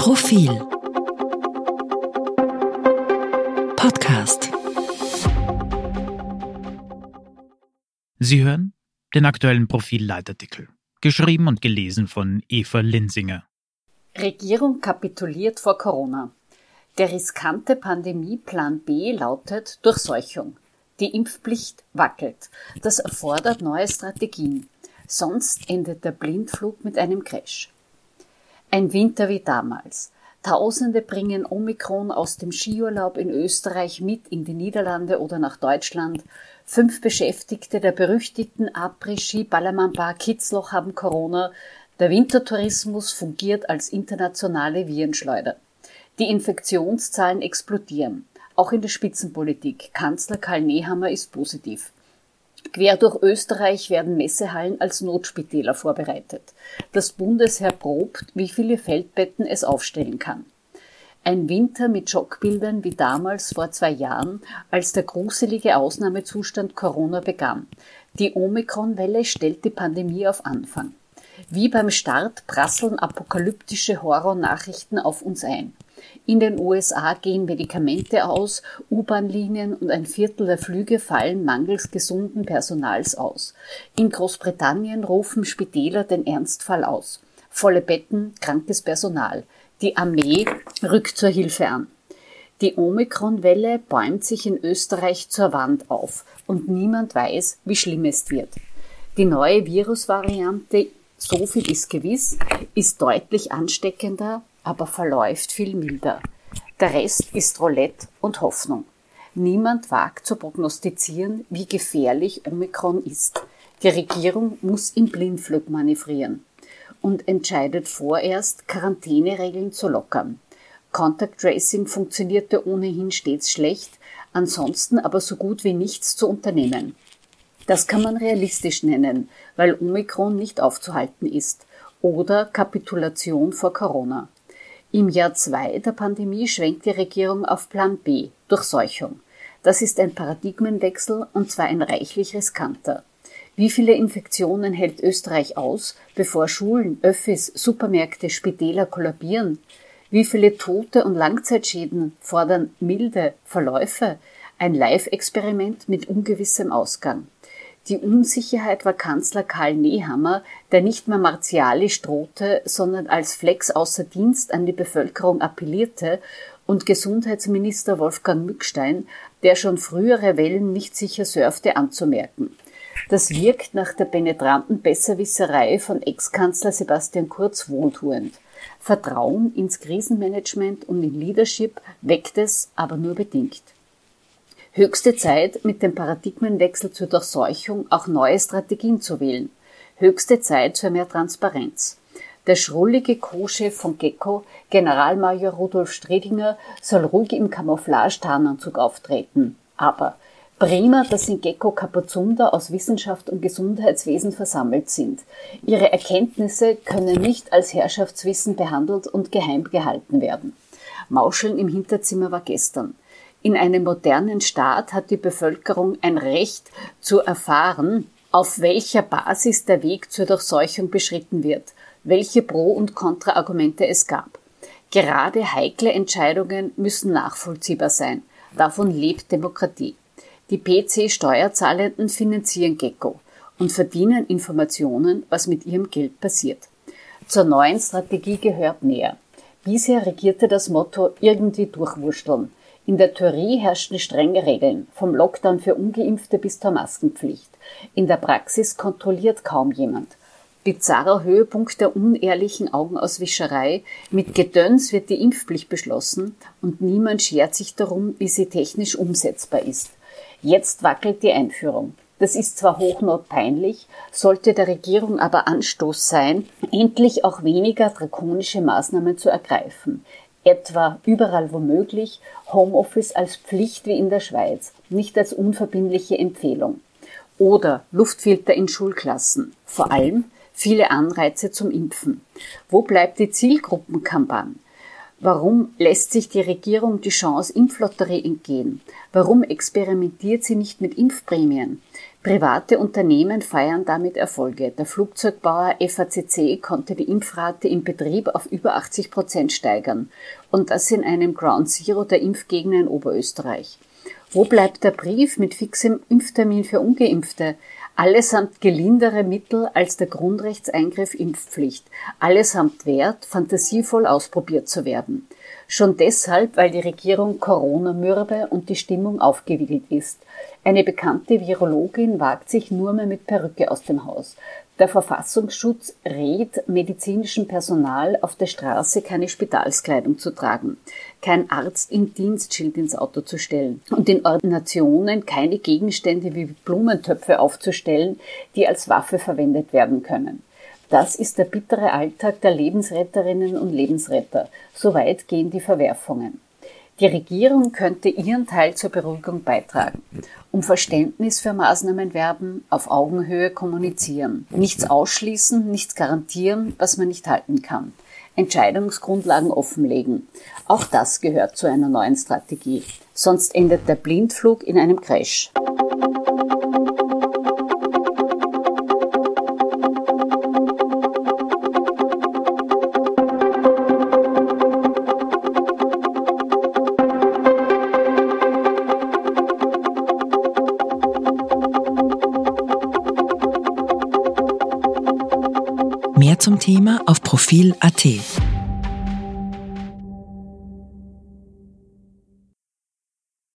Profil Podcast. Sie hören den aktuellen Profil-Leitartikel, geschrieben und gelesen von Eva Linsinger. Regierung kapituliert vor Corona. Der riskante Pandemie-Plan B lautet Durchseuchung. Die Impfpflicht wackelt. Das erfordert neue Strategien. Sonst endet der Blindflug mit einem Crash. Ein Winter wie damals. Tausende bringen Omikron aus dem Skiurlaub in Österreich mit in die Niederlande oder nach Deutschland. 5 Beschäftigte der berüchtigten Après-Ski-Ballermann-Bar Kitzloch haben Corona. Der Wintertourismus fungiert als internationale Virenschleuder. Die Infektionszahlen explodieren. Auch in der Spitzenpolitik. Kanzler Karl Nehammer ist positiv. Quer durch Österreich werden Messehallen als Notspitäler vorbereitet. Das Bundesheer probt, wie viele Feldbetten es aufstellen kann. Ein Winter mit Schockbildern wie damals vor 2 Jahren, als der gruselige Ausnahmezustand Corona begann. Die Omikron-Welle stellt die Pandemie auf Anfang. Wie beim Start prasseln apokalyptische Horrornachrichten auf uns ein. In den USA gehen Medikamente aus, U-Bahn-Linien und ein Viertel der Flüge fallen mangels gesunden Personals aus. In Großbritannien rufen Spitäler den Ernstfall aus. Volle Betten, krankes Personal. Die Armee rückt zur Hilfe an. Die Omikron-Welle bäumt sich in Österreich zur Wand auf und niemand weiß, wie schlimm es wird. Die neue Virusvariante, so viel ist gewiss, ist deutlich ansteckender, aber verläuft viel milder. Der Rest ist Roulette und Hoffnung. Niemand wagt zu prognostizieren, wie gefährlich Omikron ist. Die Regierung muss im Blindflug manövrieren und entscheidet vorerst, Quarantäneregeln zu lockern. Contact Tracing funktionierte ohnehin stets schlecht, ansonsten aber so gut wie nichts zu unternehmen. Das kann man realistisch nennen, weil Omikron nicht aufzuhalten ist. Oder Kapitulation vor Corona. Im Jahr 2 der Pandemie schwenkt die Regierung auf Plan B, Durchseuchung. Das ist ein Paradigmenwechsel und zwar ein reichlich riskanter. Wie viele Infektionen hält Österreich aus, bevor Schulen, Öffis, Supermärkte, Spitäler kollabieren? Wie viele Tote und Langzeitschäden fordern milde Verläufe? Ein Live-Experiment mit ungewissem Ausgang. Die Unsicherheit war Kanzler Karl Nehammer, der nicht mehr martialisch drohte, sondern als Flex außer Dienst an die Bevölkerung appellierte, und Gesundheitsminister Wolfgang Mückstein, der schon frühere Wellen nicht sicher surfte, anzumerken. Das wirkt nach der penetranten Besserwisserei von Ex-Kanzler Sebastian Kurz wohltuend. Vertrauen ins Krisenmanagement und in Leadership weckt es, aber nur bedingt. Höchste Zeit, mit dem Paradigmenwechsel zur Durchseuchung auch neue Strategien zu wählen. Höchste Zeit für mehr Transparenz. Der schrullige Co-Chef von Gecko, Generalmajor Rudolf Stredinger, soll ruhig im Camouflage-Tarnanzug auftreten. Aber prima, dass in Gecko Kapuzunder aus Wissenschaft und Gesundheitswesen versammelt sind. Ihre Erkenntnisse können nicht als Herrschaftswissen behandelt und geheim gehalten werden. Mauscheln im Hinterzimmer war gestern. In einem modernen Staat hat die Bevölkerung ein Recht zu erfahren, auf welcher Basis der Weg zur Durchseuchung beschritten wird, welche Pro- und Kontraargumente es gab. Gerade heikle Entscheidungen müssen nachvollziehbar sein. Davon lebt Demokratie. Die PC-Steuerzahlenden finanzieren Gecko und verdienen Informationen, was mit ihrem Geld passiert. Zur neuen Strategie gehört mehr. Bisher regierte das Motto irgendwie durchwurschteln. In der Theorie herrschten strenge Regeln, vom Lockdown für Ungeimpfte bis zur Maskenpflicht. In der Praxis kontrolliert kaum jemand. Bizarrer Höhepunkt der unehrlichen Augenauswischerei, mit Gedöns wird die Impfpflicht beschlossen und niemand schert sich darum, wie sie technisch umsetzbar ist. Jetzt wackelt die Einführung. Das ist zwar hochnotpeinlich, sollte der Regierung aber Anstoß sein, endlich auch weniger drakonische Maßnahmen zu ergreifen. Etwa überall womöglich Homeoffice als Pflicht wie in der Schweiz, nicht als unverbindliche Empfehlung. Oder Luftfilter in Schulklassen, vor allem viele Anreize zum Impfen. Wo bleibt die Zielgruppenkampagne? Warum lässt sich die Regierung die Chance Impflotterie entgehen? Warum experimentiert sie nicht mit Impfprämien? Private Unternehmen feiern damit Erfolge. Der Flugzeugbauer FACC konnte die Impfrate im Betrieb auf über 80% steigern. Und das in einem Ground Zero der Impfgegner in Oberösterreich. Wo bleibt der Brief mit fixem Impftermin für Ungeimpfte? Allesamt gelindere Mittel als der Grundrechtseingriff Impfpflicht. Allesamt wert, fantasievoll ausprobiert zu werden. Schon deshalb, weil die Regierung Corona mürbe und die Stimmung aufgewiegelt ist. Eine bekannte Virologin wagt sich nur mehr mit Perücke aus dem Haus. Der Verfassungsschutz rät medizinischem Personal auf der Straße keine Spitalskleidung zu tragen, kein Arzt im Dienstschild ins Auto zu stellen und in Ordinationen keine Gegenstände wie Blumentöpfe aufzustellen, die als Waffe verwendet werden können. Das ist der bittere Alltag der Lebensretterinnen und Lebensretter. Soweit gehen die Verwerfungen. Die Regierung könnte ihren Teil zur Beruhigung beitragen. Um Verständnis für Maßnahmen werben, auf Augenhöhe kommunizieren. Nichts ausschließen, nichts garantieren, was man nicht halten kann. Entscheidungsgrundlagen offenlegen. Auch das gehört zu einer neuen Strategie. Sonst endet der Blindflug in einem Crash. Mehr zum Thema auf Profil.at.